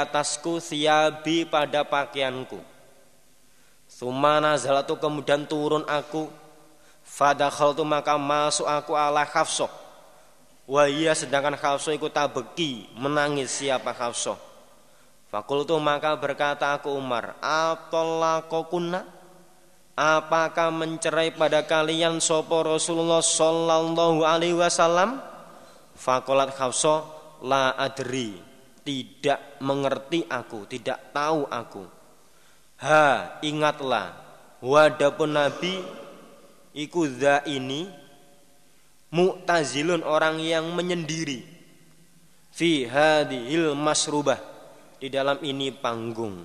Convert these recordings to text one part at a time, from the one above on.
atasku siyabi pada pakaianku. Tsumma nazalatu kemudian turun aku. Fadakhaltu maka masuk aku ala Hafsah. Wa iya sedangkan Hafsah iku tabeki menangis siapa Hafsah. Fakultu maka berkata aku Umar, atallaqakunna, apakah mencerai pada kalian sapa Rasulullah sallallahu alaihi wasallam? Fakolat Hafsah, la adri, tidak mengerti aku, tidak tahu aku. Ha, ingatlah, wadapun Nabi iku dza ini mu'tazilun, orang yang menyendiri, fi hadhil masrubah, di dalam ini panggung.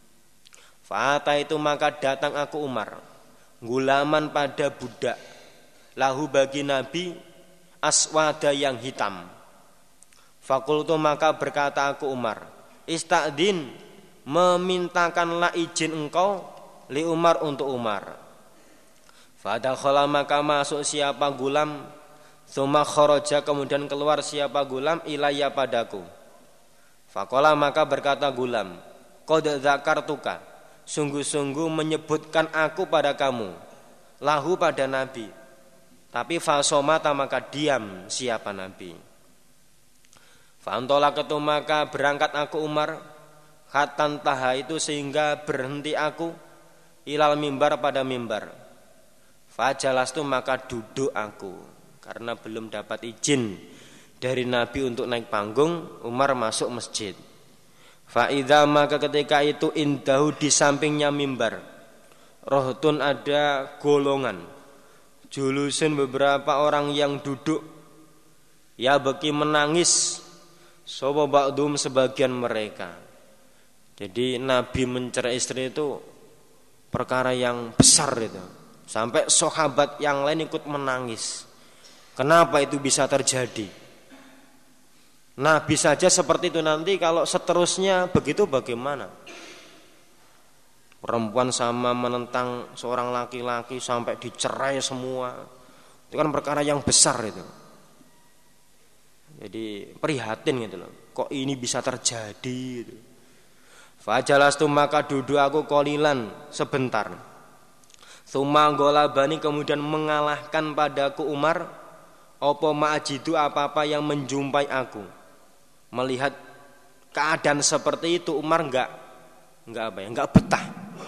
Fa'ata itu maka datang aku Umar, gulaman pada budak, lahu bagi Nabi aswada yang hitam. Fakultu maka berkata aku Umar, ista'din, memintakanlah izin engkau, li Umar untuk Umar. Fadakhala maka masuk siapa gulam, tsumma kharaja kemudian keluar siapa gulam, ilayya padaku. Faqala maka berkata gulam, qad dzakartuka, sungguh-sungguh menyebutkan aku pada kamu, lahu pada Nabi. Tapi fasomata maka diam siapa Nabi. Fantola ketu maka berangkat aku Umar, khatan taha itu sehingga berhenti aku, ilal mimbar pada mimbar. Fajalastu maka duduk aku, karena belum dapat izin dari Nabi untuk naik panggung. Umar masuk masjid. Fa'idha maka ketika itu indahu di sampingnya mimbar, rohtun ada golongan, julusin beberapa orang yang duduk, ya beki menangis, sopo ba'dum sebagian mereka. Jadi Nabi mencerai istri itu perkara yang besar itu, sampai sahabat yang lain ikut menangis. Kenapa itu bisa terjadi? Nabi saja seperti itu, nanti kalau seterusnya begitu bagaimana? Perempuan sama menentang seorang laki-laki sampai dicerai semua, itu kan perkara yang besar itu. Jadi prihatin gitu loh, kok ini bisa terjadi gitu. Fajalastu maka duduk aku qalilan sebentar. Tsumma golabani kemudian mengalahkan padaku Umar, apa ma'ajidu apa-apa yang menjumpai aku. Melihat keadaan seperti itu Umar enggak betah.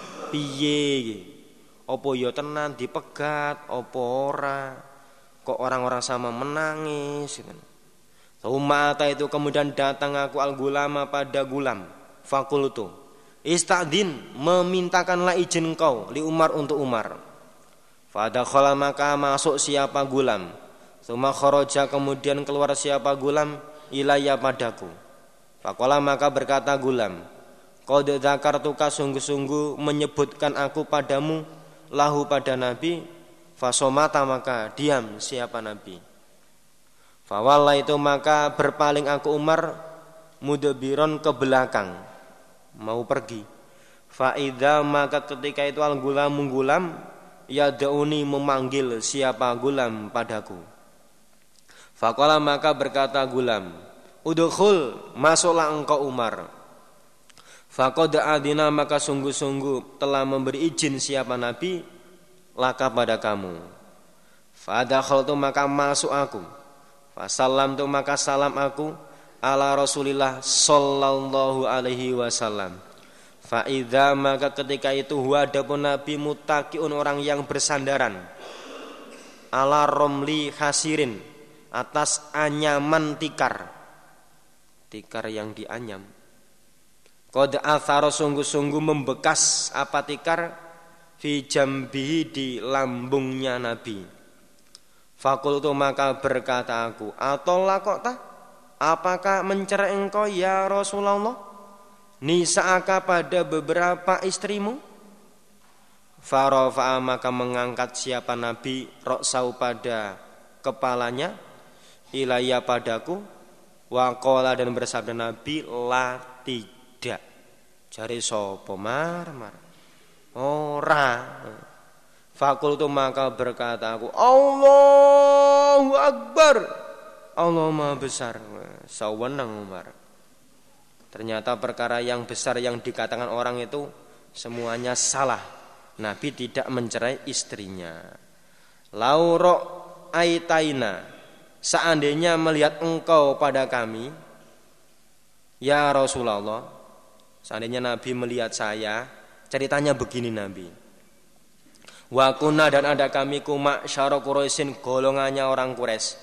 Piye? Opo yo tenan dipegat, opo ora? Kok orang-orang sama menangis gitu. Umata itu kemudian datang aku al-gulama pada gulam. Fakultu, istadin, memintakanlah izin engkau li Umar untuk Umar. Fadakhala maka masuk siapa gulam. Tsumma kharaja kemudian keluar siapa gulam, ilayya padaku. Faqala maka berkata gulam, qad dzakartuka sungguh-sungguh menyebutkan aku padamu, lahu pada Nabi. Fasomata maka diam siapa Nabi. Fawalla itu maka berpaling aku Umar, mudbiron ke belakang, mau pergi. Faida maka ketika itu al gulam menggulam, yadauni memanggil siapa gulam padaku. Faqala maka berkata gulam, udkhul, masuklah engkau Umar. Faqad adina maka sungguh-sungguh telah memberi izin siapa Nabi laka pada kamu. Fadakhaltu maka masuk aku. Fasallamtu maka salam aku ala Rasulillah sallallahu alaihi wasallam. Fa idza maka ketika itu huwa adapun Nabi mutaqiun orang yang bersandaran ala romli hasirin, atas anyaman tikar yang dianyam. Qad athara sungguh-sungguh membekas apa tikar fi jambihi di lambungnya Nabi. Fakultu maka berkata aku, atallaqta, apakah mencerai engkau ya Rasulullah nisa'aka pada beberapa istrimu? Farafa'a maka mengangkat siapa Nabi roksau pada kepalanya, ilayya padaku, wa qala dan bersabda Nabi, la tidak. Jari sapa mar ora. Fakultu maka berkata aku, Allahu Akbar, Allah Maha besar. Sawenang Umar. Ternyata perkara yang besar yang dikatakan orang itu semuanya salah. Nabi tidak mencerai istrinya. Lauro aitaina, seandainya melihat engkau pada kami, ya Rasulullah, seandainya Nabi melihat saya, ceritanya begini Nabi. Wa kunna, dan ada kami kuma syara Quraisyin, golongannya orang Quraisy.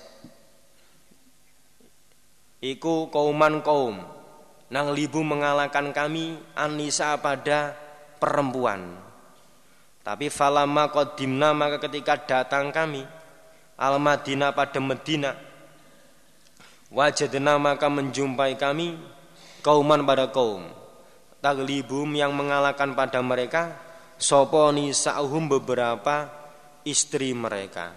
Iku kauman kaum, nang libu mengalahkan kami anisa pada perempuan. Tapi falama qadimna, maka ketika datang kami al-Madinah pada Madinah, wajadna, maka menjumpai kami kauman pada kaum, taglibum yang mengalahkan pada mereka, sopo nisa'uhum beberapa istri mereka.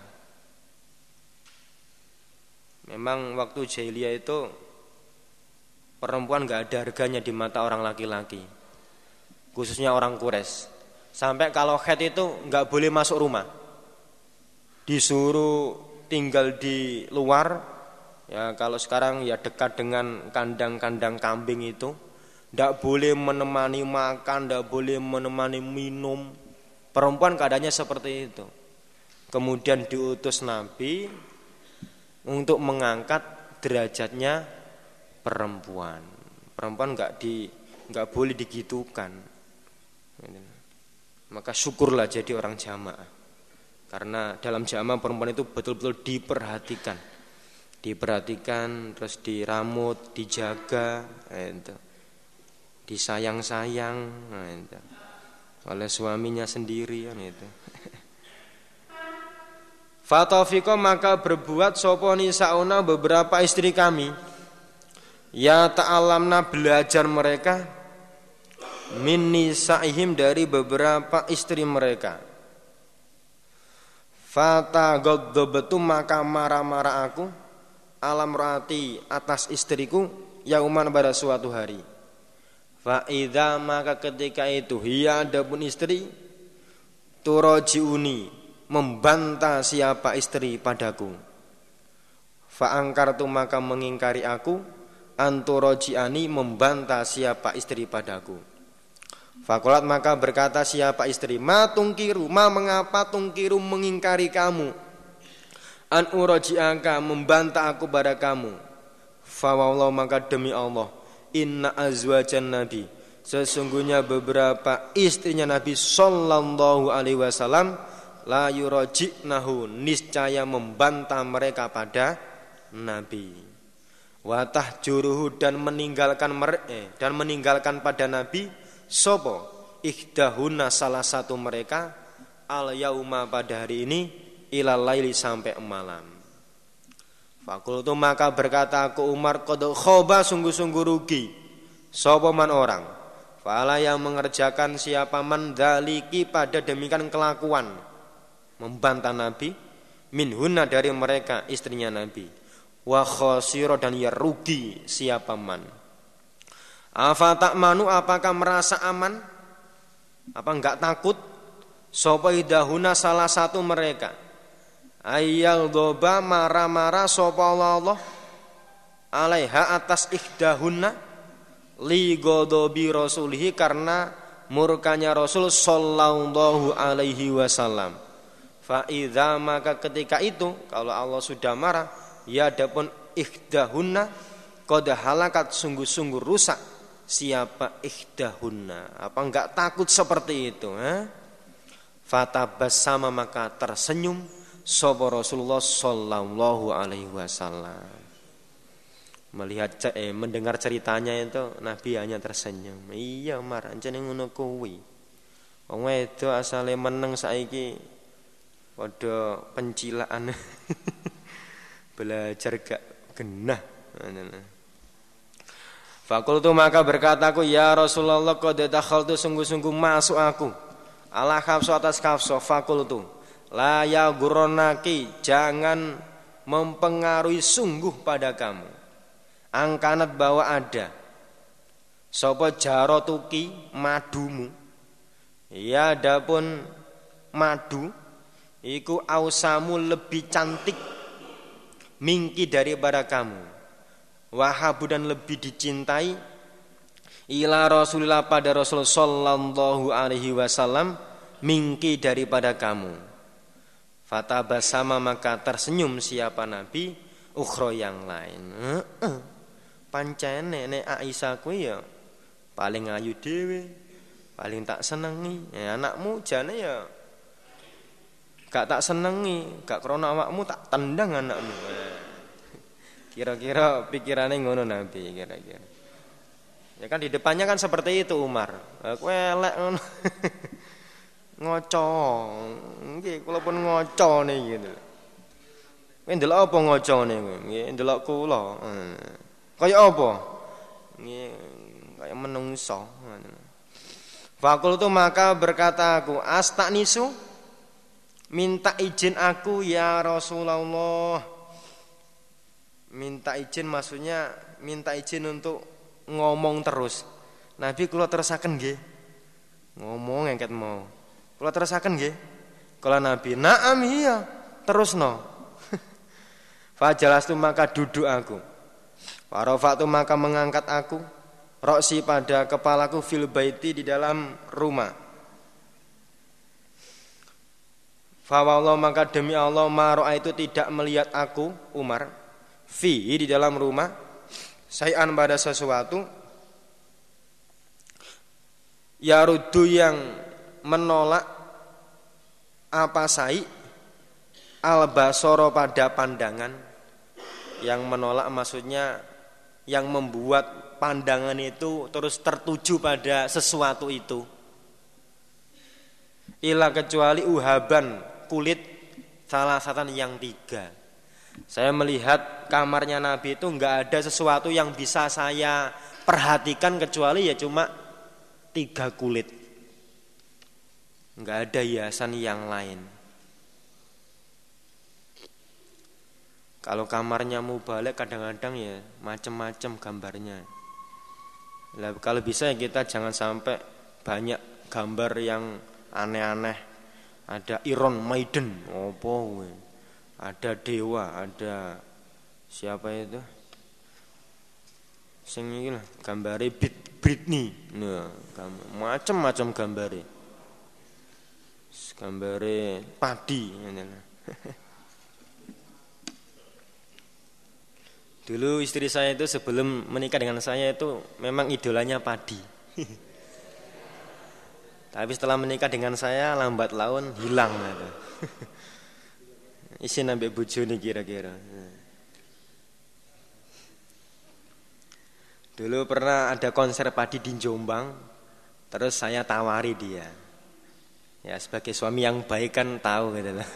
Memang waktu jahiliyah itu perempuan gak ada harganya di mata orang laki-laki, khususnya orang Quraisy. Sampai kalau haid itu gak boleh masuk rumah, disuruh tinggal di luar. Ya kalau sekarang ya dekat dengan kandang-kandang kambing itu, ndak boleh menemani makan, ndak boleh menemani minum. Perempuan keadaannya seperti itu. Kemudian diutus Nabi untuk mengangkat derajatnya perempuan. Perempuan nggak boleh digitukan. Maka syukurlah jadi orang jamaah. Karena dalam jamaah perempuan itu betul-betul diperhatikan, terus diramut, dijaga, itu, disayang-sayang, itu, oleh suaminya sendiri, itu. Fatafiqo, maka berbuat sopo nisauna beberapa istri kami, ya ta'alamna, belajar mereka, min nisaihim, dari beberapa istri mereka. Fata goddobetu, maka marah-marah aku, alam rati, atas istriku, yauman, pada suatu hari. Fa idza, maka ketika itu, hiya, adapun istri, turojiuni, membantah siapa istri padaku. Fa angkartu, maka mengingkari aku, anturojiani, membantah siapa istri padaku. Fakolat, maka berkata siapa istri, ma tungkiru, ma mengapa tungkiru, mengingkari kamu, an uroji'aka, membantah aku pada kamu. Fa wallah, maka demi Allah, inna azwajan Nabi, sesungguhnya beberapa istrinya Nabi sallallahu alaihi wasallam, la yuraji'nahu, niscaya membantah mereka pada Nabi. Wa tahjuruhu, dan meninggalkan pada Nabi sopo ikhdahuna, salah satu mereka, al yauma, pada hari ini, ilal laili, sampai malam. Fakultu, maka berkata aku Umar, qad khoba, sungguh-sungguh rugi sapa man orang, fala, yang mengerjakan siapa man dzaliki, pada demikian kelakuan membantah Nabi, minhunna, dari mereka istrinya Nabi, wa khosiro, dan ya rugi siapa man. Afa ta'manu, apakah merasa aman, apa enggak takut, sapa idahuna, salah satu mereka, ayyal doba, marah-marah sapa Allah alaiha, atas ihdahunna, li godobi rasulihi, karena murkanya Rasul sallallahu alaihi wasallam. Fa idza, maka ketika itu, kalau Allah sudah marah, ya adapun ihdahunna, qad halakat, sungguh-sungguh rusak siapa ihdahunna. Apa enggak takut seperti itu, Fatabassama, maka tersenyum sapa Rasulullah sallallahu alaihi wasallam. Mendengar ceritanya itu, Nabi hanya tersenyum. Iya Mar, ancene ngono kuwi. Wong wedok asale meneng saiki padha pencilaan. Belajar gak genah. Fakultu, maka berkataku, ya Rasulullah, qad dakhaltu, sungguh-sungguh masuk aku, ala Hafsah, atas Hafsah. Fakultu, la yaghurrunaki, jangan mempengaruhi sungguh pada kamu, angkanat, bahwa ada, sapa jarotuki, madumu, ya adapun madu iku ausamu, lebih cantik, mingki, daripada kamu, wahabu, dan lebih dicintai, ila Rasulillah pada Rasul sallallahu alaihi wasallam mingki daripada kamu. Fatabasama maka tersenyum siapa Nabi ukhra yang lain. Pancene nek Aisyah kuwi ya paling ayu dhewe, paling tak senengi. Ya anakmu jane ya gak tak senengi, gak krana awakmu tak tendang anakmu. Kira-kira pikirannya ngono Nabi kira-kira. Ya kan di depannya kan seperti itu Umar. Kowe elek ngono. Ngoco. Nggih kula pun ngocone gitu. Kowe ndelok apa ngocone kowe? Nggih ndelok kula. Kaya apa? Nggih kaya menungso. Fakultu maka berkata aku, astanisu minta izin aku ya Rasulullah. Minta izin maksudnya minta izin untuk ngomong terus. Nabi kula terusaken nggih. Ngomong engket mau. Kula terusaken nggih. Kala Nabi, "Na'am iya." Terusno. Fajalastu maka duduk aku. Warafatu maka mengangkat aku. Roksi pada kepalaku fil baiti di dalam rumah. Fawallah maka demi Allah maro'a itu tidak melihat aku Umar fi di dalam rumah sayan pada sesuatu yarudu yang menolak apa sai al-basoro pada pandangan. Yang menolak maksudnya yang membuat pandangan itu terus tertuju pada sesuatu itu. Ila kecuali uhaban kulit salah satan yang 3. Saya melihat kamarnya Nabi itu enggak ada sesuatu yang bisa saya perhatikan kecuali ya cuma 3 kulit. Enggak ada hiasan yang lain. Kalau kamarnya mubalek kadang-kadang ya macam-macam gambarnya. Lah kalau bisa ya kita jangan sampai banyak gambar yang aneh-aneh. Ada Iron Maiden, opo we. Ada dewa, ada siapa itu? Sing iki lah, gambare Britney. Nah, macam-macam gambare. Gambare padi ngene. Dulu istri saya itu sebelum menikah dengan saya itu memang idolanya padi. Tapi setelah menikah dengan saya lambat laun hilang gitu. Isin ambek bojone kira-kira. Dulu pernah ada konser padi di Jombang, terus saya tawari dia. Ya sebagai suami yang baik kan tahu gitu lah.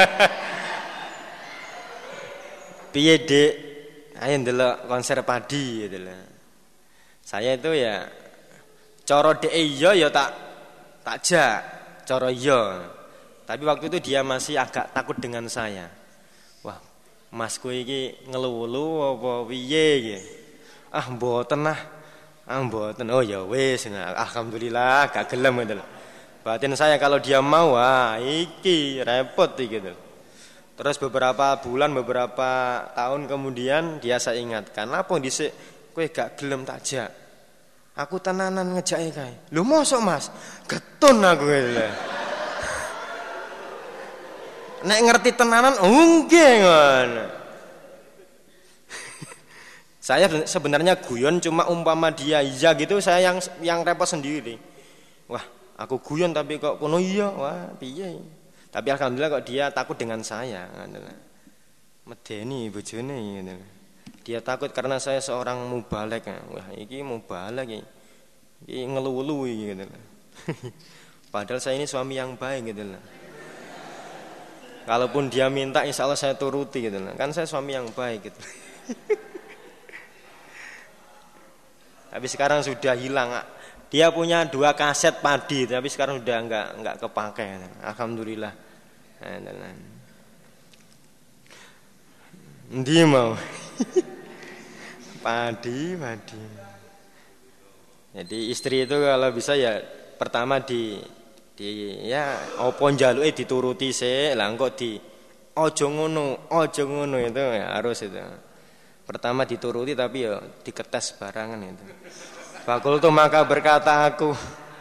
Piye Dek? Ayo ndelok konser padi gitu lah. Saya itu ya cara dhek iya ya tak jak, cara iya. Tapi waktu itu dia masih agak takut dengan saya. Wah, masku iki ngeluwu apa piye iki? Ah mboten ah. Ah mboten. Oh ya wis, alhamdulillah gak gelem gitu. Batin saya kalau dia mau, iki repot iki gitu. Terus beberapa bulan, beberapa tahun kemudian dia saya ingatkan, apa dhisik kowe gak gelem tak jak. Aku tenanan ngejake kae. Lho mosok Mas? Getun aku gitu. Nek ngerti tenanan nggih ngono. Saya sebenarnya guyon cuma umpama dia iya gitu saya yang repot sendiri. Wah, aku guyon tapi kok kono iya. Wah, piye? Tapi alhamdulillah kok dia takut dengan saya. Medeni bojone gitu. Dia takut karena saya seorang mubalek. Wah, iki mubalek iki. Iki ngeluwu gitu. Padahal saya ini suami yang baik gitu lah. Kalaupun dia minta insya Allah saya turuti gitu lah. Kan saya suami yang baik gitu. Tapi sekarang sudah hilang. Dia punya 2 kaset padi, tapi sekarang sudah enggak kepakai. Alhamdulillah. Ndi mau? Padi. Jadi istri itu kalau bisa ya pertama di ya apa njaluke dituruti sik, lah engko aja ngono itu ya harus itu. Pertama dituruti tapi ya diketes barangan itu. Fakultu maka berkata aku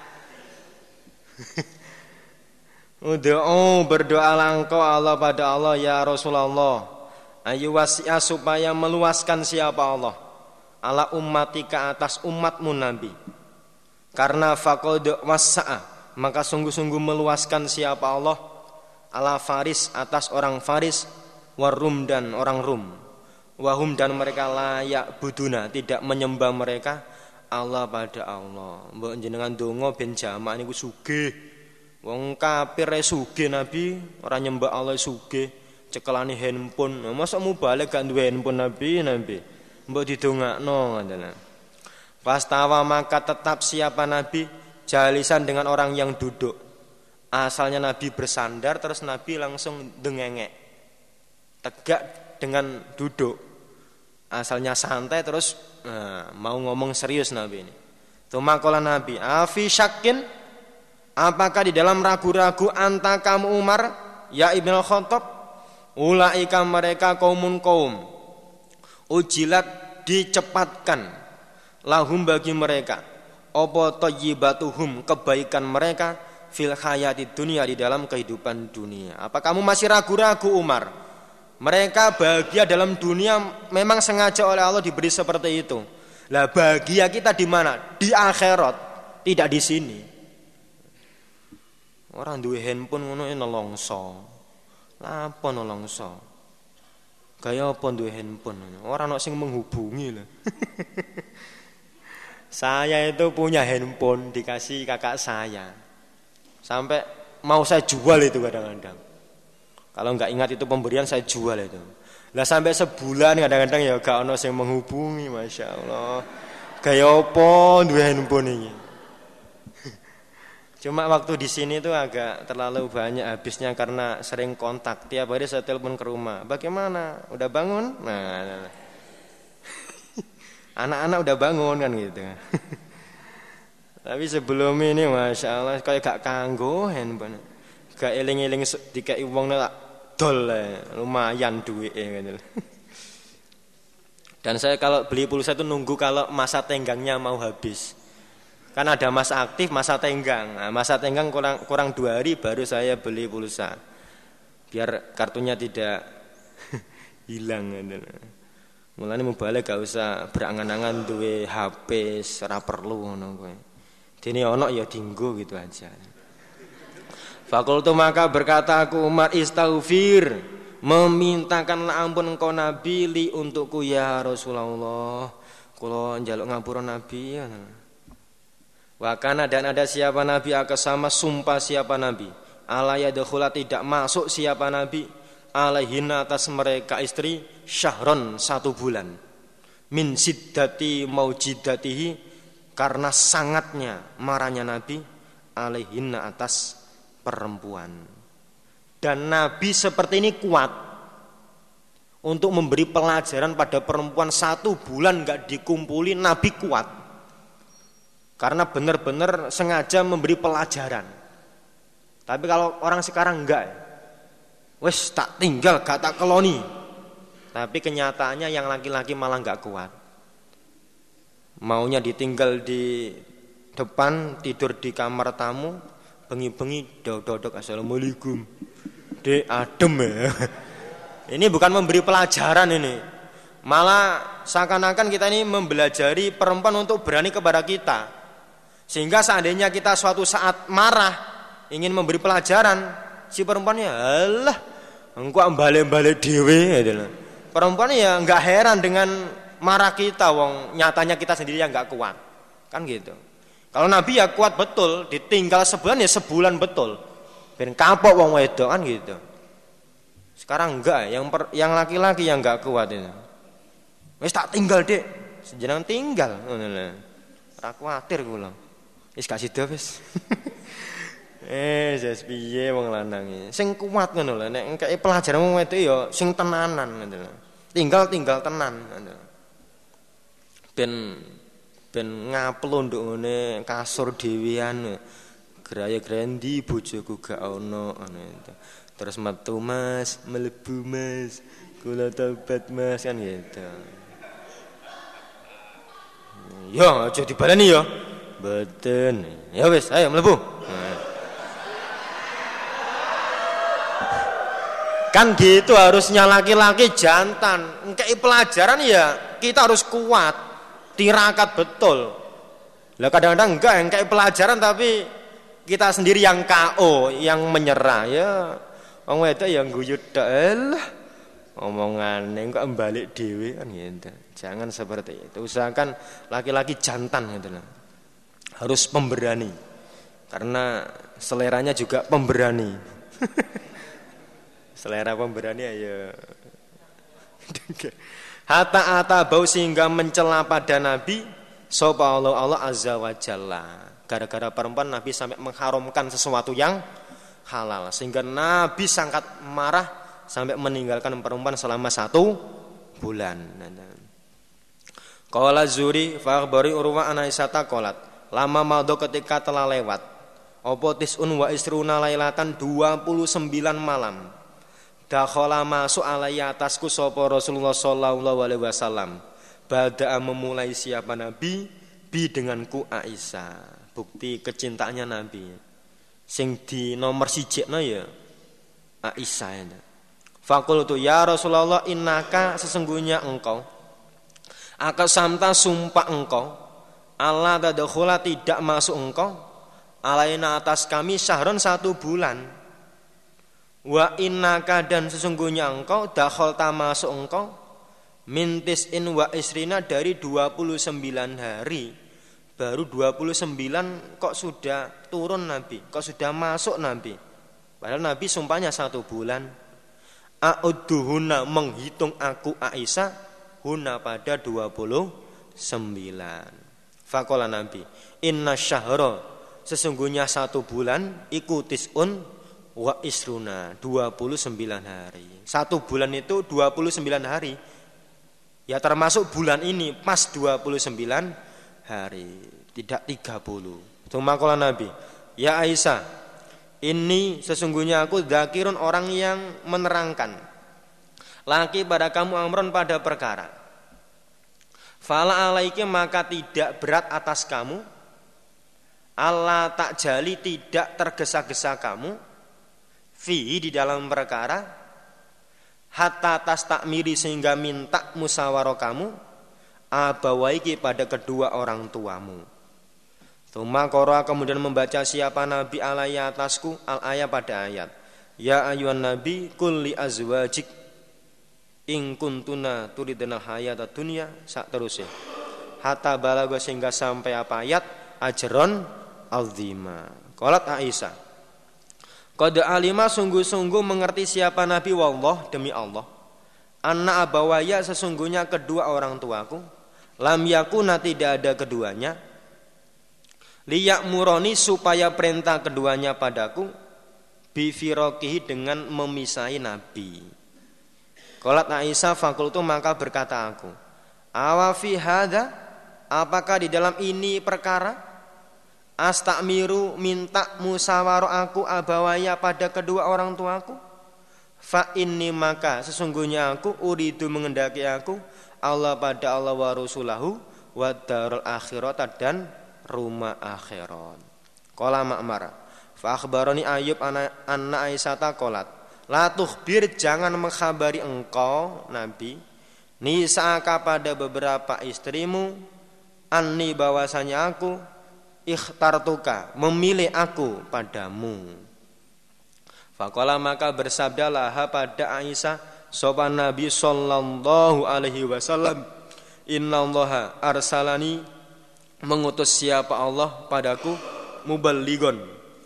berdoalah engkau Allah pada Allah ya Rasulullah ayu wasi'ah supaya meluaskan siapa Allah ala ummatika atas umatmu Nabi karena faqad wasa'a maka sungguh-sungguh meluaskan siapa Allah ala Faris atas orang Faris warum dan orang Rum wahum dan mereka layak buduna tidak menyembah mereka Allah pada Allah mbok jenengan donga ben jamaah niku sugih wong kafir sugih Nabi ora nyembah Allah sugih cekelane handphone masa balik gak duwe handphone Nabi mbok didongakno ngoten. Pastawa maka tetap siapa Nabi jalisan dengan orang yang duduk. Asalnya Nabi bersandar terus Nabi langsung dengengek. Tegak dengan duduk. Asalnya santai terus mau ngomong serius Nabi ini. Tumakola Nabi, afi syakin apakah di dalam ragu-ragu anta kamu Umar ya Ibnu Khattab ulaika mereka kaumun kaum ujilat dicepatkan lahum bagi mereka apa thayyibatuhum kebaikan mereka fil hayati dunia di dalam kehidupan dunia. Apa kamu masih ragu-ragu Umar? Mereka bahagia dalam dunia memang sengaja oleh Allah diberi seperti itu. Lah bahagia kita di mana? Di akhirat, tidak di sini. Orang duwe handphone ngono nelongso. Lah apa nelongso? Gaya apa duwe handphone? Orang ono sing menghubungi lho. Saya itu punya handphone dikasih kakak saya. Sampai mau saya jual itu kadang-kadang. Kalau enggak ingat itu pemberian saya jual itu. Lah sampai sebulan kadang-kadang ya gak ono sing menghubungi, Masya Allah. Gaya apa duwe handphone ini? Cuma waktu di sini tuh agak terlalu banyak habisnya karena sering kontak. Tiap hari saya telepon ke rumah. Bagaimana? Udah bangun? Nah. Anak-anak udah bangun kan gitu. Tapi sebelum ini Masya Allah kayak gak kanggo handphone. Gak eling-eling dikai wong lah dol lumayan duit gitu. Dan saya kalau beli pulsa itu nunggu kalau masa tenggangnya mau habis. Kan ada masa aktif, masa tenggang. Nah, masa tenggang kurang 2 hari baru saya beli pulsa. Biar kartunya tidak hilang. Mulane mubalik gak usah berangan-angan duwe HP, ora perlu ngono kowe. Dene ono ya dinggo gitu aja. Fakultu maka berkata aku Umar istaghfir, memintakanlah ampun engkau Nabi li untukku ya Rasulullah. Kula njaluk ngapura Nabi ya. Wakana dan ada siapa Nabi akasama sumpah siapa Nabi ala yadkhula tidak masuk siapa Nabi alaihinna atas mereka istri syahron 1 bulan min siddati maujidatihi karena sangatnya marahnya Nabi alaihinna atas perempuan. Dan Nabi seperti ini kuat untuk memberi pelajaran pada perempuan 1 bulan enggak dikumpuli. Nabi kuat karena benar-benar sengaja memberi pelajaran. Tapi kalau orang sekarang enggak, wes tak tinggal gak tak keloni. Tapi kenyataannya yang laki-laki malah enggak kuat. Maunya ditinggal di depan, tidur di kamar tamu, bengi-bengi dodok assalamualaikum. Dek adem ya. Ini bukan memberi pelajaran ini. Malah seakan-akan kita ini membelajari perempuan untuk berani kepada kita. Sehingga seandainya kita suatu saat marah, ingin memberi pelajaran, si perempuannya alah, engkau balik-balik dewe gitu. Perempuan ya enggak heran dengan marah kita, wong nyatanya kita sendiri yang enggak kuat. Kan gitu. Kalau Nabi ya kuat betul, ditinggal sebulan ya sebulan betul. Ben kapok wong wedok kan gitu. Sekarang enggak, yang laki-laki yang enggak kuat itu. Wis tak tinggal, Dek. Senjenengan tinggal ngono lho. Ora kuwatir kula. Wis gak sida wis. Jas piye wong lanang iki. Sing kuat ngono lho, nek engke pelajaran wong wedok ya sing tenanan ngono lho. Tinggal tenan ngono. Ben ngaplondok ngene kasur dhewean. Graya-grendi bojoku gak ono ngono. Terus metu Mas, mlebu Mas. Kula tobat Mas kan gitu. Ya aja dibaleni ya. Mboten. Ya wis, ayo mlebu. Kan gitu harusnya laki-laki jantan. Ngkei pelajaran ya kita harus kuat. Tirakat betul. Lah kadang-kadang enggak ngkei pelajaran tapi kita sendiri yang KO, yang menyerah ya. Wong wedok ya guyu tok lah. Omongane kok balik dhewe kan gitu. Jangan seperti itu. Usahakan laki-laki jantan gitu loh. Harus pemberani. Karena seleranya juga pemberani. Selera pemberani ayo. Hatta bau sehingga mencela pada Nabi sapa Allah azza wa jalla. Gara-gara perempuan Nabi sampai mengharamkan sesuatu yang halal sehingga Nabi sangat marah sampai meninggalkan perempuan selama 1 bulan. Qala Zuri fa akhbari Urwa an Aisyata qalat lama madho ketika telah lewat apa tisun wa isruna lailatan 29 malam. Dakhala masuk alayya atasku sapa Rasulullah sallallahu alaihi wasallam. Bada'a memulai siapa Nabi bi denganku Aisyah. Bukti kecintaannya Nabi. Sing di nomor sijekno ya Aisyah ya. Faqultu ya Rasulullah innaka sesungguhnya engkau akasamta sumpah engkau Allah tadkhula tidak masuk engkau alaina atas kami syahron 1 bulan. Wa innaka dan sesungguhnya engkau dakhalta masuk engkau mintis in wa isrina dari 29 hari. Baru 29 kok sudah turun Nabi, kok sudah masuk Nabi. Padahal Nabi sumpahnya 1 bulan. A'udduhuna menghitung aku Aisyah huna pada 29. Faqala Nabi, inna syahra sesungguhnya 1 bulan ikutis'un wa isruna 29 hari. 1 bulan itu 29 hari. Ya termasuk bulan ini pas 29 hari, tidak 30. Cuma kala Nabi, ya Aisyah, ini sesungguhnya aku dzakirun orang yang menerangkan laki pada kamu amron pada perkara. Fala alaiki maka tidak berat atas kamu. Allah tak jali tidak tergesa-gesa kamu. Fi di dalam perkara hatta tas takmiri sehingga minta musyawarah kamu abawaiki pada kedua orang tuamu. Tsumma qara kemudian membaca siapa Nabi alaiya atasku al ayat pada ayat. Ya ayyuhan nabi qul li azwajik in kuntuna turidnal hayata dunya sak terusé. Hatta balaga sehingga sampai apa ayat ajron azima. Qalat Aisyah qad alima sungguh-sungguh mengerti siapa Nabi wallah demi Allah. Anna abawaya sesungguhnya kedua orang tuaku lam yakuna tidak ada keduanya. Liyak muroni supaya perintah keduanya padaku bifirokihi dengan memisahi Nabi. Qalat Aisyah fakultu maka berkata aku awafi hadza apakah di dalam ini perkara astakmiru minta musyawarah aku abawaya pada kedua orang tuaku. Fa inni maka sesungguhnya aku uridu mengendaki aku Allah pada Allah wa rasulahu wa darul akhirat dan rumah akhirat. Qala Ma'mar fa akhbarani Ayyub anna Aisyata qalat la tukhbir jangan mengkhabari engkau Nabi nisaka pada beberapa istrimu anni bahwasanya aku ikhtartuka memilih aku padamu. Faqala maka bersabdalah pada Aisyah sopan Nabi sallallahu alaihi wasallam innallaha arsalani mengutus siapa Allah padaku muballigon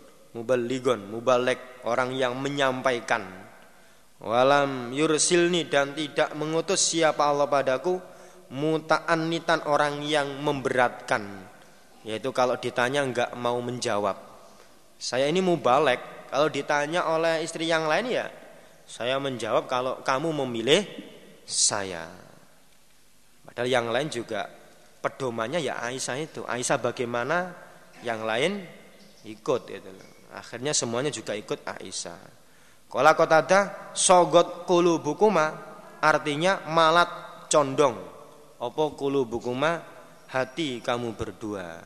mubalek orang yang menyampaikan walam yursilni dan tidak mengutus siapa Allah padaku muta'annitan orang yang memberatkan. Yaitu kalau ditanya enggak mau menjawab. Saya ini mubalek. Kalau ditanya oleh istri yang lain ya saya menjawab kalau kamu memilih saya. Padahal yang lain juga pedomannya ya Aisyah itu. Aisyah bagaimana yang lain ikut gitu. Akhirnya semuanya juga ikut Aisyah. Qala Qatadah sogot qulubukuma artinya malat condong. Apa qulubukuma hati kamu berdua.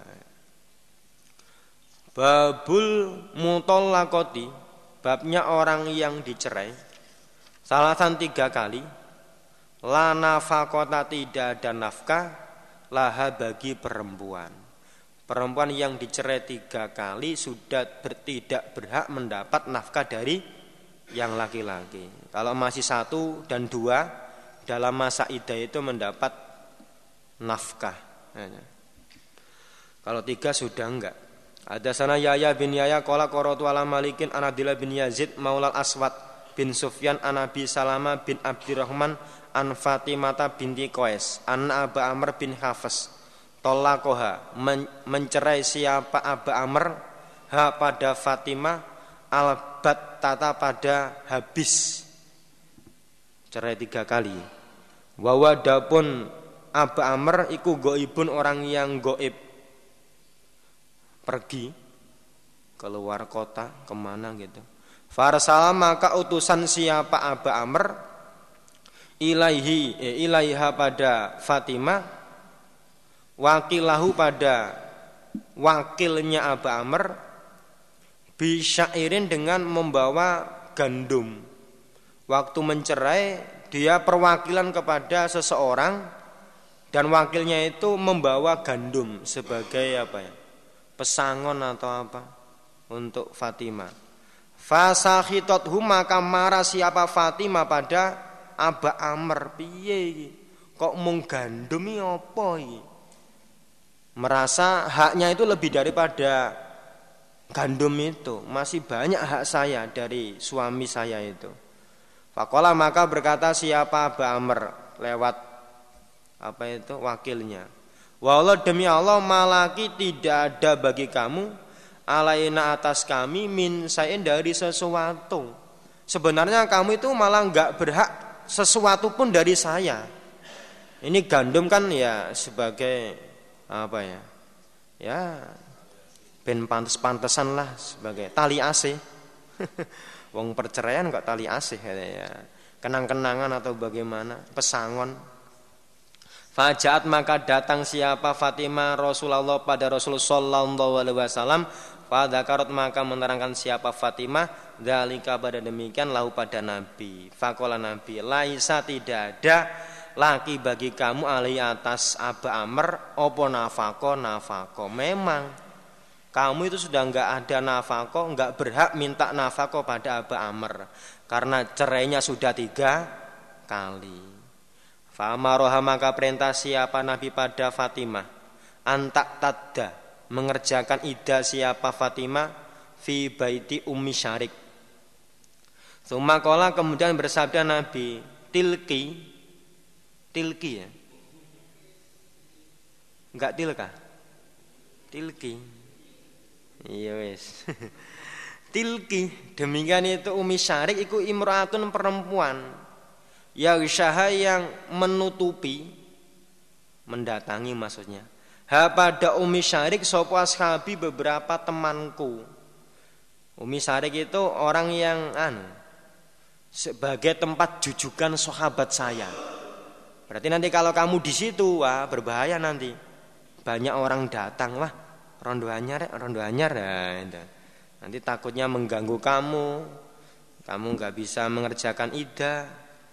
Babul mutallaqati, babnya orang yang dicerai salasan 3 kali. La nafaqata, tidak ada nafkah laha bagi perempuan. Perempuan yang dicerai 3 kali sudah tidak berhak mendapat nafkah dari yang laki-laki. Kalau masih 1 dan 2 dalam masa iddah itu mendapat nafkah. Kalau 3 sudah enggak. Ada sana Yahya bin Yahya qala qara'tu ala Malikin an Abdillah bin Yazid maulal Aswad bin Sufyan an Abi Salama bin Abdurrahman an Fatimata binti Qais an Aba Amr bin Hafs tolaqoha, mencerai siapa Aba Amr ha pada Fatimah albat tata pada habis, cerai 3 kali. Wawadapun Aba Amr iku goibun, orang yang goib, pergi keluar kota kemana gitu. Farsala, maka utusan siapa Aba Amr ilaiha pada Fatimah, wakilahu pada wakilnya Aba Amr, bisyairin dengan membawa gandum. Waktu mencerai dia perwakilan kepada seseorang dan wakilnya itu membawa gandum sebagai apa ya, pesangon atau apa untuk Fatimah. Fasakhitathu, maka marah siapa Fatimah pada Aba Amr, piye iki kok mung gandum iki apa iki, merasa haknya itu lebih daripada gandum itu, masih banyak hak saya dari suami saya itu. Faqala, maka berkata siapa Aba Amr lewat apa itu wakilnya, wallah demi Allah malaki tidak ada bagi kamu alaina atas kami min sain dari sesuatu. Sebenarnya kamu itu malah enggak berhak sesuatu pun dari saya. Ini gandum kan ya sebagai apa ya? Ya ben pantes-pantesan lah sebagai tali AC. Wong perceraian kok tali AC ya. Kenang-kenangan atau bagaimana? Pesangon. Fajaat, maka datang siapa Fatimah Rasulullah pada Rasulullah sallallahu alaihi wasallam. Fadzakarat, maka menerangkan siapa Fatimah dzalika pada demikian lahu pada Nabi. Faqala, Nabi, laisa tidak ada laki bagi kamu alai atas Aba Amr opo nafako. Memang kamu itu sudah enggak ada nafako, enggak berhak minta nafako pada Aba Amr karena cerainya sudah 3 kali. Fa'amaroha, maka perintah siapa Nabi pada Fatimah antak tadda, mengerjakan iddah siapa Fatimah fi baiti Ummi Syarik. Tsumma qala, kemudian bersabda Nabi, tilki ya, enggak tilka, tilki, iya wes. Tilki, demikian itu Ummi Syarik iku imraatun, perempuan, ya usaha yang menutupi, mendatangi maksudnya. Ha pada Ummi Syarik sopo ashabi, beberapa temanku. Ummi Syarik itu orang yang sebagai tempat jujukan sahabat saya. Berarti nanti kalau kamu di situ, wah berbahaya nanti. Banyak orang datang, wah rondo anyar. Nanti takutnya mengganggu kamu enggak bisa mengerjakan iddah.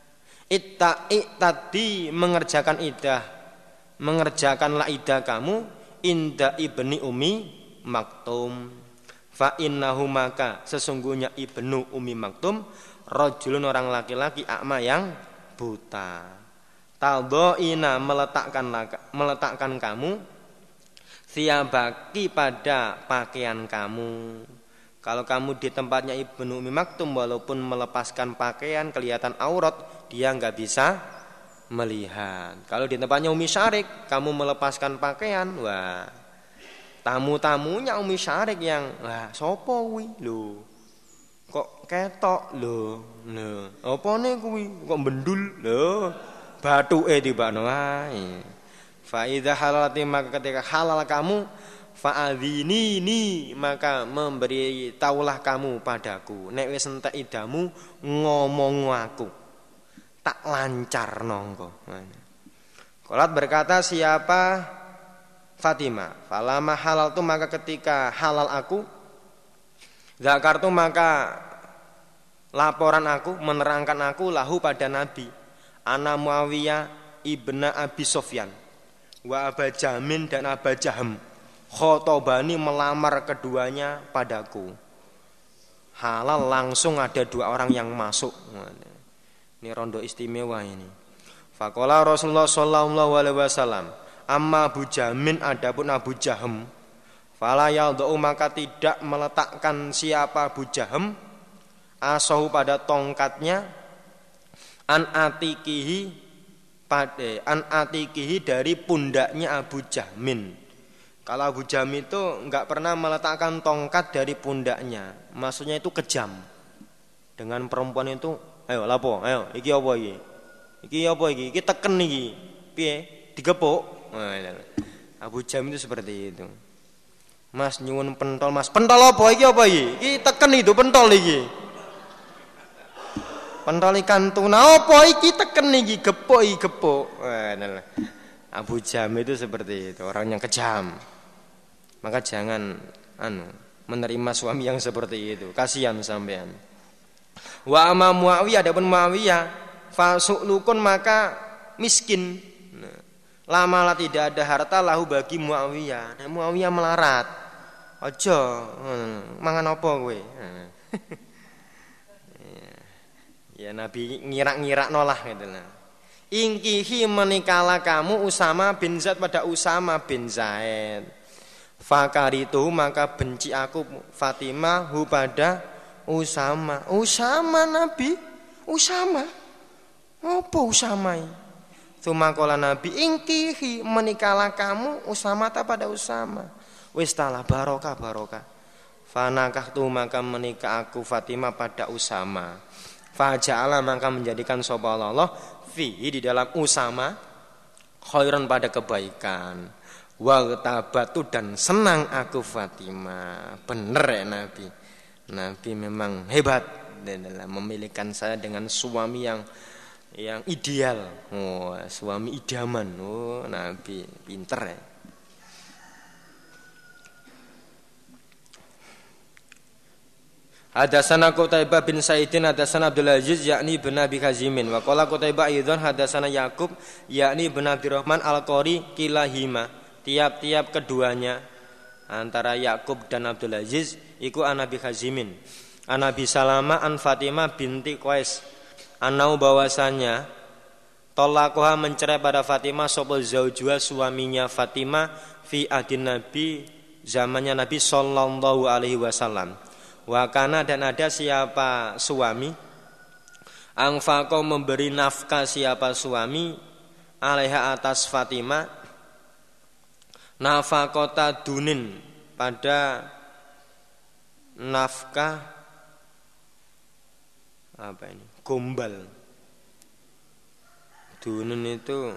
Tadi mengerjakan iddah, mengerjakanlah iddah kamu inda ibni Ummi Maktum. Fa innahu, maka sesungguhnya ibnu Ummi Maktum rajulun, orang laki-laki akma yang buta. Tadhaina, meletakkan kamu siabaki pada pakaian kamu. Kalau kamu di tempatnya Ibnu Ummi Maktum, walaupun melepaskan pakaian kelihatan aurat, dia enggak bisa melihat. Kalau di tempatnya Ummi Syarik, kamu melepaskan pakaian, wah tamu-tamunya Ummi Syarik yang wah sopo kuwi lho, kok ketok lho, opone kuwi kok bendul lho, bathuke tibakno wae. Fa idza halalati, maka ketika halal kamu, fa'adhinini, maka memberi taulah kamu padaku. Nek wis entek idamu ngomong aku, tak lancar nongko. Qolat, berkata siapa Fatimah. Falama halal tu maka ketika halal aku, zakartu maka laporan aku, menerangkan aku lahu pada Nabi. Ana Muawiyah ibna Abi Sofyan wa Aba Jamin dan Aba Jaham khotobani melamar keduanya padaku. Halal langsung ada dua orang yang masuk. Ini rondo istimewa ini. Faqala Rasulullah sallallahu alaihi wasallam, amma Abu Jamin adapun Abu Jaham, fala yadau maka tidak meletakkan siapa Abu Jaham asahu pada tongkatnya an atikihi dari pundaknya Abu Jahmin. Kalau Abu Jahmin itu enggak pernah meletakkan tongkat dari pundaknya. Maksudnya itu kejam. Dengan perempuan itu, ayo lapo, ayo iki apa iki? Iki apa iki? Iki teken iki. Piye? Digepuk. Abu Jahmin itu seperti itu. Mas nyuwun pentol, Mas. Pentol apa iki apa iki? Iki teken itu pentol iki. Pentol ikan tuna apa iki teken iki gepuk iki gepuk. Abu Jahmin itu seperti itu, orang yang kejam. Maka jangan menerima suami yang seperti itu. Kasihan sampean. Wa amma Muawiyah adapun Muawiyah fasu'lukun maka miskin. Lama tidak ada harta lahu bagi Muawiyah. Nah, Muawiyah melarat. Aja mangan apa kowe? Ya Nabi ngira-ngira nolah gitu lah. Ingkihi menikahlah kamu Usama bin Zaid pada Usama bin Zaid. Fakaritu maka benci aku Fatimah hu pada Usama. Usama Nabi? Usama? Apa Usama ini? Tumakola Nabi ingkihi menikahlah kamu Usama tak pada Usama. Wis talah barokah. Fanakahtu maka menikah aku Fatimah pada Usama. Faja'ala maka menjadikan sapa Allah fi di dalam Usama khairan pada kebaikan. Wa tabatu dan senang aku Fatimah. Bener ya Nabi. Nabi memang hebat dalam memilihkan saya dengan suami yang ideal. Oh, suami idaman. Oh, Nabi pinter ya. Hadatsana Qutaibah bin Sa'idin hadatsana Abdul Aziz yakni bin Abi Hazimin wa qala Qutaibah aidan hadatsana Yaqub yakni bin Abdurrahman Al-Qari kilahima tiap-tiap keduanya antara Yaqub dan Abdul Aziz iku an Abi Hazimin an Abi Salamah an Fatimah binti Qais anau bahwasanya talaqoha mencerai pada Fatimah sapa zaujua suaminya Fatimah fi adin Nabi zamannya Nabi sallallahu alaihi wasallam. Wakana dan ada siapa suami angfaqo memberi nafkah siapa suami alaiha atas Fatimah nafaqota dunin pada nafkah apa ini gombal. Dunin itu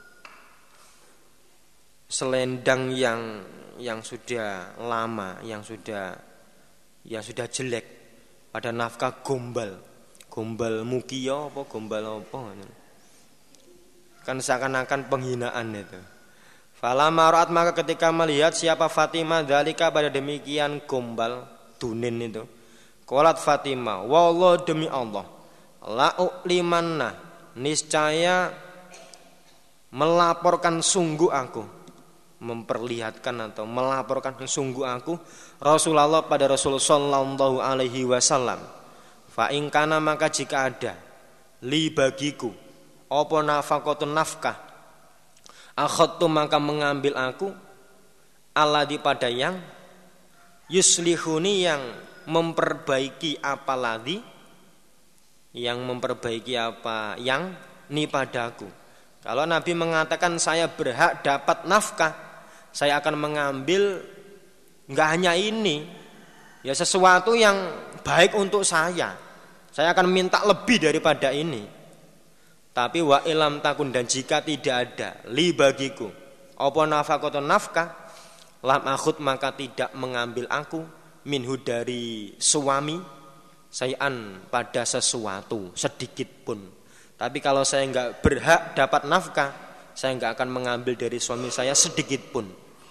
selendang yang sudah lama, yang sudah jelek, pada nafkah gombal mukiyo apa gombal apa kan seakan-akan penghinaan itu. Falamma ra'at maka ketika melihat siapa Fatimah dzalika pada demikian gombal dunin itu qalat Fatimah wallah demi Allah la ulimanna niscaya melaporkan sungguh aku memperlihatkan atau melaporkan sungguh aku Rasulullah pada Rasul sallallahu alaihi wasallam. Fa in kana maka jika ada li bagiku apa nafaqatun nafkah akhadtu maka mengambil aku alladzi pada yang yuslihuni yang memperbaiki apa ladzi yang memperbaiki apa yang ni padaku. Kalau Nabi mengatakan saya berhak dapat nafkah, saya akan mengambil enggak hanya ini, ya sesuatu yang baik untuk saya. Saya akan minta lebih daripada ini. Tapi wa ilam takun dan jika tidak ada li bagiku apa nafaqatun nafkah lam akhud maka tidak mengambil aku minhu dari suami sayan pada sesuatu sedikit pun. Tapi kalau saya enggak berhak dapat nafkah, saya enggak akan mengambil dari suami saya sedikit pun.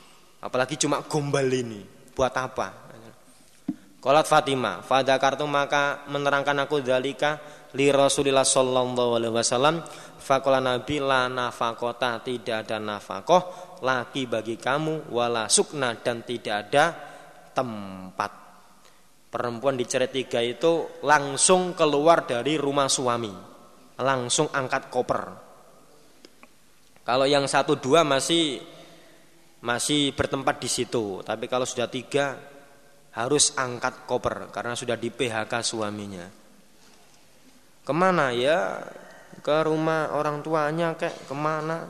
Apalagi cuma gombal ini, buat apa? Qalat Fatimah, fadzakartu maka menerangkan aku dzalika li Rasulillah sallallahu alaihi wasallam, faqala Nabi la nafaqata, tidak ada nafkah lagi bagi kamu, wala sukna, dan tidak ada tempat. Perempuan di ceret 3 itu langsung keluar dari rumah suami, langsung angkat koper. Kalau yang 1, 2 masih bertempat di situ, tapi kalau sudah 3 harus angkat koper karena sudah di PHK suaminya. Kemana ya? Ke rumah orang tuanya kayak kemana?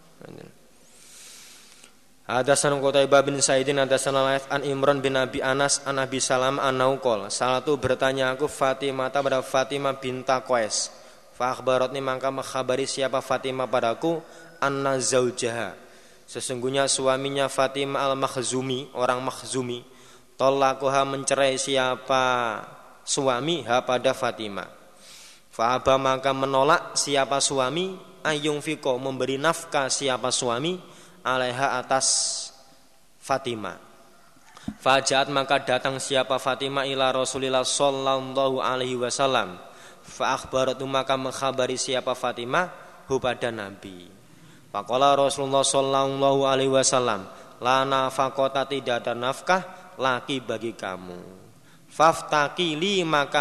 Hadatsana Qutaibah bin Sa'idin hadatsana Laits an Imran bin Abi Anas an Abi Salam an Naukol. Salatu bertanya aku Fatimah pada Fatimah binta Qais. Fa akhbaratni maka mengkhabari siapa Fatimah padaku anna zaujaha, sesungguhnya suaminya Fatimah al-Makhzumi, orang Makhzumi, tolakuha mencerai siapa suami ha pada Fatimah. Fa'aba maka menolak siapa suami ayung fiko memberi nafkah siapa suami alaiha atas Fatimah. Fa'ja'at maka datang siapa Fatimah ila Rasulillah sallallahu alaihi wasallam. Fa'akhbaratu maka mengkhabari siapa Fatimah hu pada Nabi. Faqala Rasulullah sallallahu alaihi wasallam la nafaqata, tidak ada nafkah laki bagi kamu. Fantakili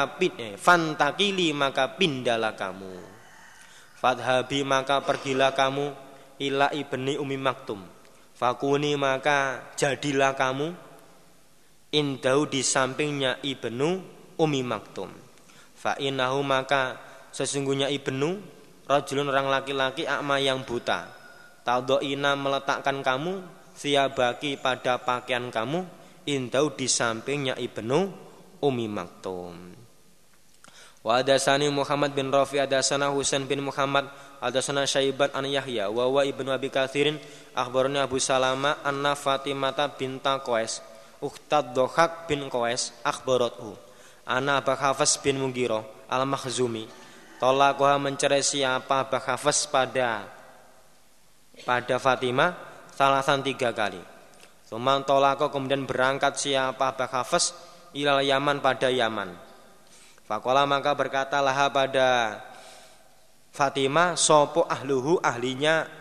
maka pindalah kamu. Fadhabi maka pergilah kamu ila ibni Ummi Maktum. Fakuni maka jadilah kamu indau di sampingnya ibnu Ummi Maktum. Fa innahu maka sesungguhnya ibnu rajulun orang laki-laki akma yang buta. Tadhoina meletakkan kamu siabaki pada pakaian kamu indau di sampingnya ibnu Ummi Maktum. Wa hadatsani Muhammad bin Rafi hadatsana Husain bin Muhammad hadatsana Syaiban an Yahya wa wa ibnu Abi Katsirin akhbarani Abu Salama anna Fatimata binta Qais ukhtad Dhahak bin Qais akhbarathu anna Abu Hafs bin Mughirah al-Makhzumi talaqaha mencerai siapa Abu Hafs pada Fatimah salasan 3 kali. Tsumma talaqa kemudian berangkat siapa Abu Hafs ilal Yaman pada Yaman. Faqala maka berkatalah pada Fatimah sopo ahluhu ahlinya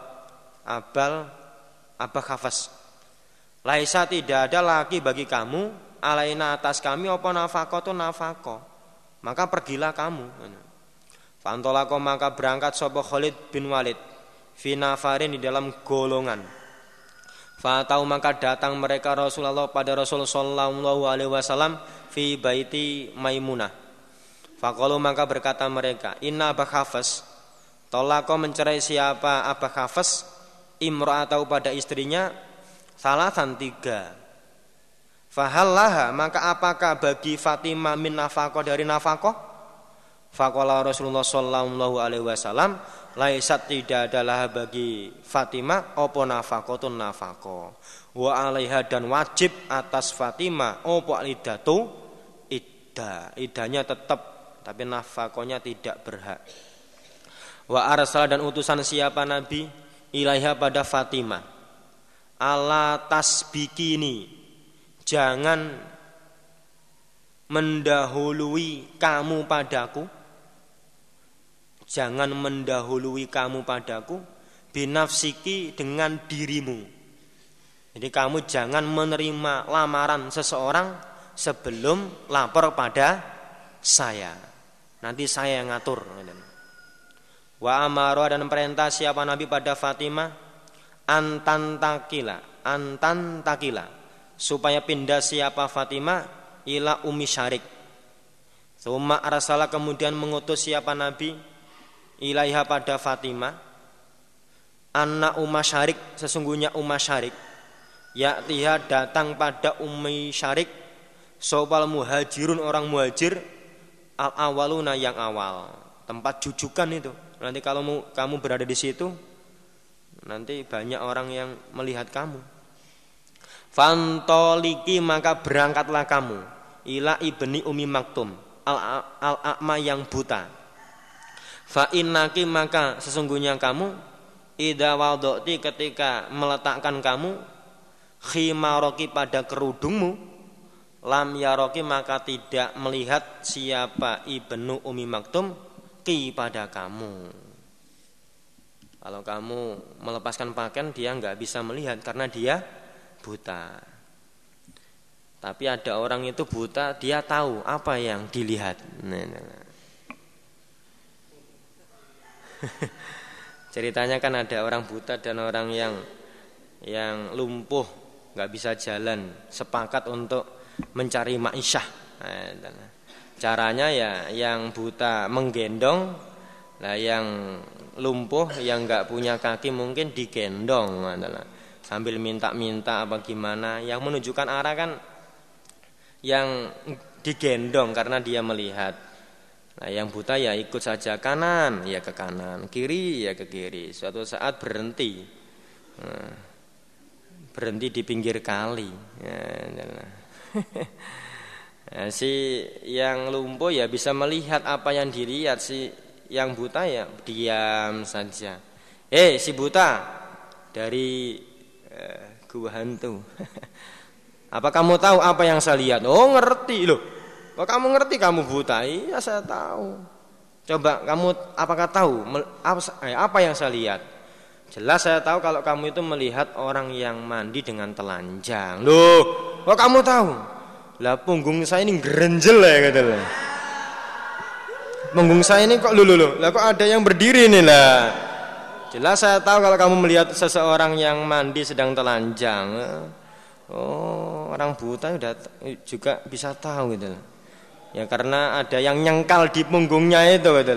Abu Hafs. Laisa tidak ada lagi bagi kamu alaina atas kami apa nafaqatu nafaqah. Maka pergilah kamu. Fantolako maka berangkat sopo Khalid bin Walid fi nafarin di dalam golongan. Fatau maka datang mereka Rasulullah pada Rasul sallallahu alaihi wasallam fi baiti Maimunah. Faqalu maka berkata mereka, inna Abu Hafs tolako mencerai siapa Abu Hafs imra'atau pada istrinya salasan 3. Fahallaha maka apakah bagi Fatimah min nafaqah dari nafaqah? Faqala Rasulullah sallallahu alaihi wasallam laisat tidak adalah bagi Fatimah opo nafaqatun nafaqah wa alaiha dan wajib atas Fatimah opo iddatu iddahnya tetap tapi nafaqahnya tidak berhak. Wa arsala dan utusan siapa Nabi ilaiha pada Fatimah ala tasbikini, jangan mendahului kamu padaku, jangan mendahului kamu padaku binafsiki dengan dirimu. Jadi kamu jangan menerima lamaran seseorang sebelum lapor pada saya. Nanti saya yang ngatur. Wa amara dan perintah siapa Nabi pada Fatimah antan takila supaya pindah siapa Fatimah ila Ummi Syarik. Tsumma arsala kemudian mengutus siapa Nabi ilaiha pada Fatimah anna Umma Syarik sesungguhnya Umma Syarik ya'tiha datang pada Ummi Syarik sopal muhajirun orang muhajir al-awaluna yang awal, tempat jujukan itu. Nanti kalau kamu berada di situ nanti banyak orang yang melihat kamu. Fantoliki maka berangkatlah kamu ila ibni Ummi Maktum al-a'ma yang buta. Fa innaki maka sesungguhnya kamu idza wadati ketika meletakkan kamu khimaroki pada kerudungmu, lam yaroki maka tidak melihat siapa ibnu Ummi Maktum ki pada kamu. Kalau kamu melepaskan pakaian dia enggak bisa melihat karena dia buta. Tapi ada orang itu buta, dia tahu apa yang dilihat. Ceritanya kan ada orang buta dan orang yang lumpuh, nggak bisa jalan, sepakat untuk mencari ma'isyah. Caranya ya yang buta menggendong, lah yang lumpuh yang nggak punya kaki mungkin digendong, sambil minta-minta apa gimana. Yang menunjukkan arah kan yang digendong karena dia melihat. Nah, yang buta ya ikut saja, kanan ya ke kanan, kiri ya ke kiri. Suatu saat berhenti, berhenti di pinggir kali. Nah, si yang lumpuh ya bisa melihat apa yang dilihat, si yang buta ya diam saja. Si buta dari gua hantu. Apa kamu tahu apa yang saya lihat? Oh, ngerti loh. Kok kamu ngerti kamu buta? Iya, saya tahu. Coba kamu apakah tahu apa yang saya lihat? Jelas saya tahu kalau kamu itu melihat orang yang mandi dengan telanjang. Loh, kok kamu tahu? Lah punggung saya ini gerenjel ya katanya. Punggung saya ini kok loh. Lah kok ada yang berdiri nih lah. Jelas saya tahu kalau kamu melihat seseorang yang mandi sedang telanjang. Oh, orang buta juga bisa tahu gitu. Ya karena ada yang nyengkal di punggungnya itu gitu.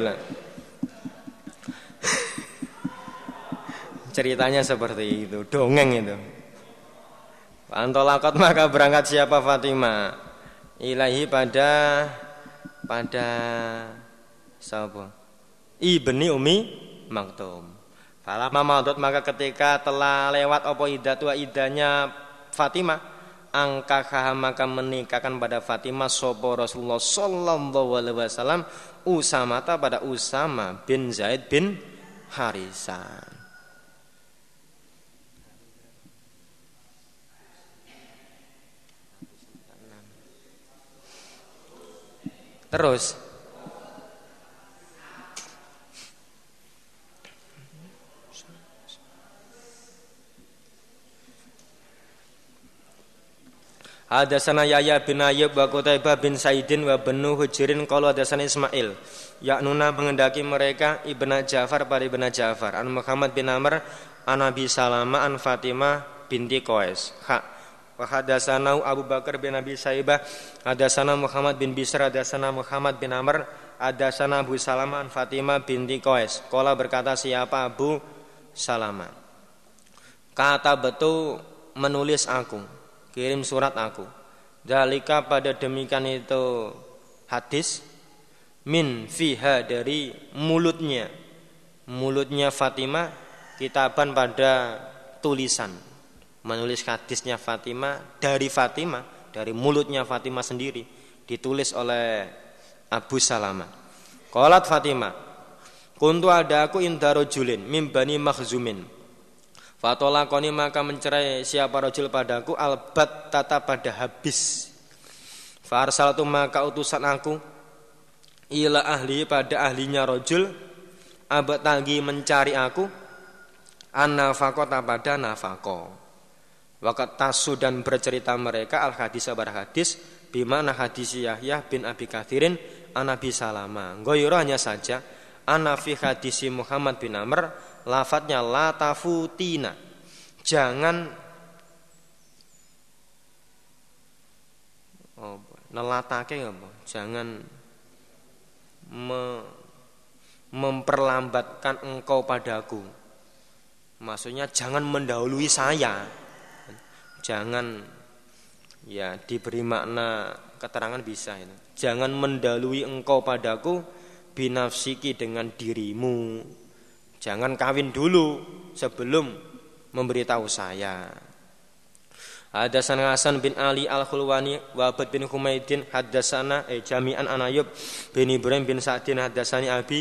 Ceritanya seperti itu, dongeng itu. Antolakot maka berangkat siapa Fatimah ilahi pada siapa? Ibni Ummi Maktum. Falamma madot maka ketika telah lewat apa idatu idanya Fatimah, angkakah maka menikahkan pada Fatimah sapa Rasulullah sallallahu alaihi wasallam Usamata pada Usama bin Zaid bin Harisah. Terus Hadatsana Yahya bin Ayyub wa Qutaibah bin Saidin wa Banu Hujrin qalu hadatsana Ismail yaknuna mengendaki mereka Ibnu Ja'far pada Ibnu Ja'far an Muhammad bin Amr an Abi Salamah an Fatimah binti Qais wa hadatsana Abu Bakar bin Abi Saibah hadatsana Muhammad bin Bisr hadatsana Muhammad bin Amr hadatsana Abu Salamah an Fatimah binti Qais qala berkata siapa Abu Salamah kata betul menulis aku kirim surat aku. Dalika pada demikian itu hadis min fiha dari mulutnya Fatimah kitaban pada tulisan. Menulis hadisnya Fatimah dari mulutnya Fatimah sendiri ditulis oleh Abu Salamah. Qalat Fatimah, kuntu ada aku inda rajulin min Bani Makhzumin. Fatolakoni maka mencerai siapa rajul padaku albat tata pada habis. Farsalatu maka utusan aku ila ahli pada ahlinya rajul abad lagi mencari aku an-nafaqata pada nafaqah. Waqat tasu dan bercerita mereka al hadis sabar hadis bimana hadis Yahya bin Abi Katsirin an Abi Salamah. Goyrohnya saja ana fi hadisi Muhammad bin Amr lafadznya la tafutina. Jangan nelatake apa? Jangan memperlambatkan engkau padaku. Maksudnya jangan mendahului saya. Jangan ya diberi makna keterangan bisa itu. Jangan mendahului engkau padaku binafsiki dengan dirimu. Jangan kawin dulu sebelum memberitahu saya. Hadatsana Hasan bin Ali Al-Khulwani wa Abad bin Humaidin hadatsana jami'an an Ayyub bin Ibrahim bin Sa'din hadatsani Abi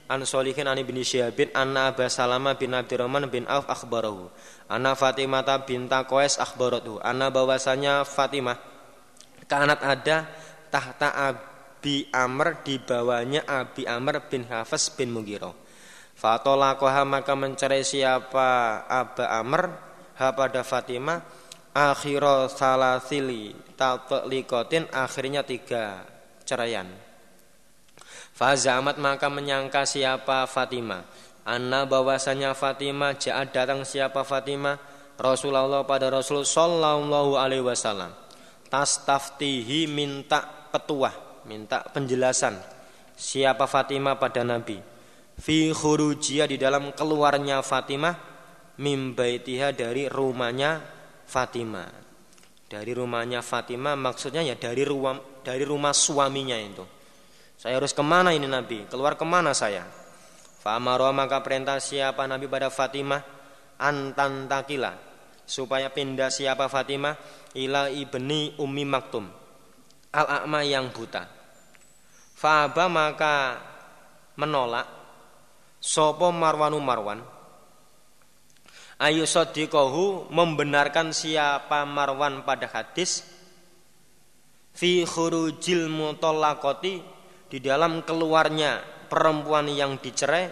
an Sholihin an Ibnu Syihabin anna Aba Salamah bin Abdurrahman bin Auf akhbarahu anna Fatimah binta Qais akhbaratu anna bahwasanya Fatimah kanat ada tahta Abi Amr, di bawahnya Abi Amr bin Hafs bin Mughirah. Fatolaqaha, maka mencerai siapa Aba Amr ha pada Fatimah akhira salasili tatliqatin, akhirnya 3 ceraian. Fazamat, maka menyangka siapa Fatimah anna bahwasanya Fatimah ja'a datang siapa Fatimah Rasulullah pada Rasul sallallahu alaihi wasallam tastaftihi, minta petuah, minta penjelasan siapa Fatimah pada Nabi fi khurujia, di dalam keluarnya Fatimah mim baitiha, dari rumahnya Fatimah. Dari rumahnya Fatimah maksudnya ya dari rumah suaminya itu. Saya harus kemana ini Nabi? Keluar kemana saya? Fa'amara, maka perintah siapa Nabi pada Fatimah antantakila, supaya pindah siapa Fatimah ila ibni Ummi Maktum al-a'ma, yang buta. Fa'aba, maka menolak sopo Marwanu Marwan ayu sadiqahu, membenarkan siapa Marwan pada hadis fi khurujil mutallaqati, di dalam keluarnya perempuan yang dicerai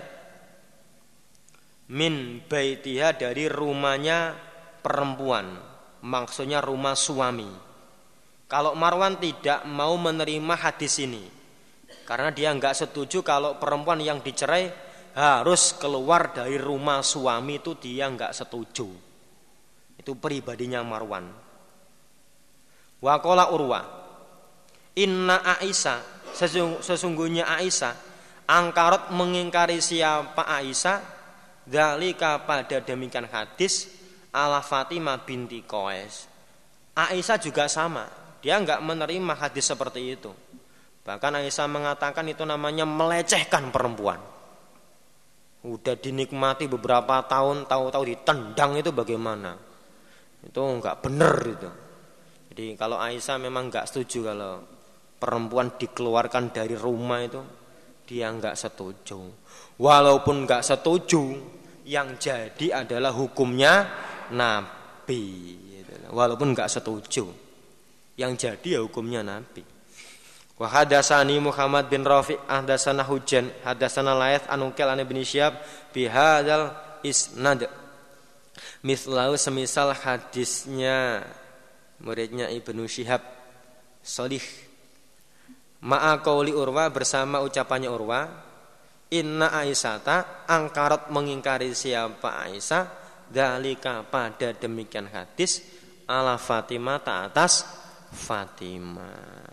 min baitiha, dari rumahnya perempuan, maksudnya rumah suami. Kalau Marwan tidak mau menerima hadis ini karena dia enggak setuju kalau perempuan yang dicerai harus keluar dari rumah suami, itu dia enggak setuju. Itu pribadinya Marwan. Wa qala Urwa inna Aisyah, sesungguhnya Aisyah angkarot, mengingkari siapa Aisyah dzalika, pada demikian hadis ala Fatimah binti Qais. Aisyah juga sama, dia enggak menerima hadis seperti itu. Bahkan Aisyah mengatakan itu namanya melecehkan perempuan. Udah dinikmati beberapa tahun, tahu-tahu ditendang, itu bagaimana? Itu enggak benar itu. Jadi kalau Aisyah memang enggak setuju kalau perempuan dikeluarkan dari rumah, itu dia enggak setuju. Walaupun enggak setuju, yang jadi adalah hukumnya Nabi. Walaupun enggak setuju, yang jadi ya hukumnya Nabi. Wa hadatsani Muhammad bin Rafi' hadatsana Hujan hadatsana Laits an Uqil an Ibnu Syihab bi hadzal isnad. Mislahu, semisal hadisnya muridnya Ibnu Syihab Shalih. Ma'a qauli Urwa, bersama ucapannya Urwa, inna Aisyata angkarat, mengingkari siapa Aisyah dzalika, pada demikian hadis ala Fatimah, atas Fatimah.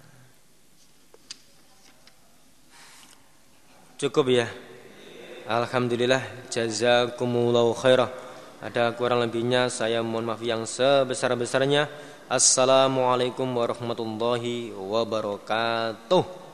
Cukup ya. Alhamdulillah, jazakumullahu khairah. Ada kurang lebihnya saya mohon maaf yang sebesar-besarnya. Assalamualaikum warahmatullahi wabarakatuh.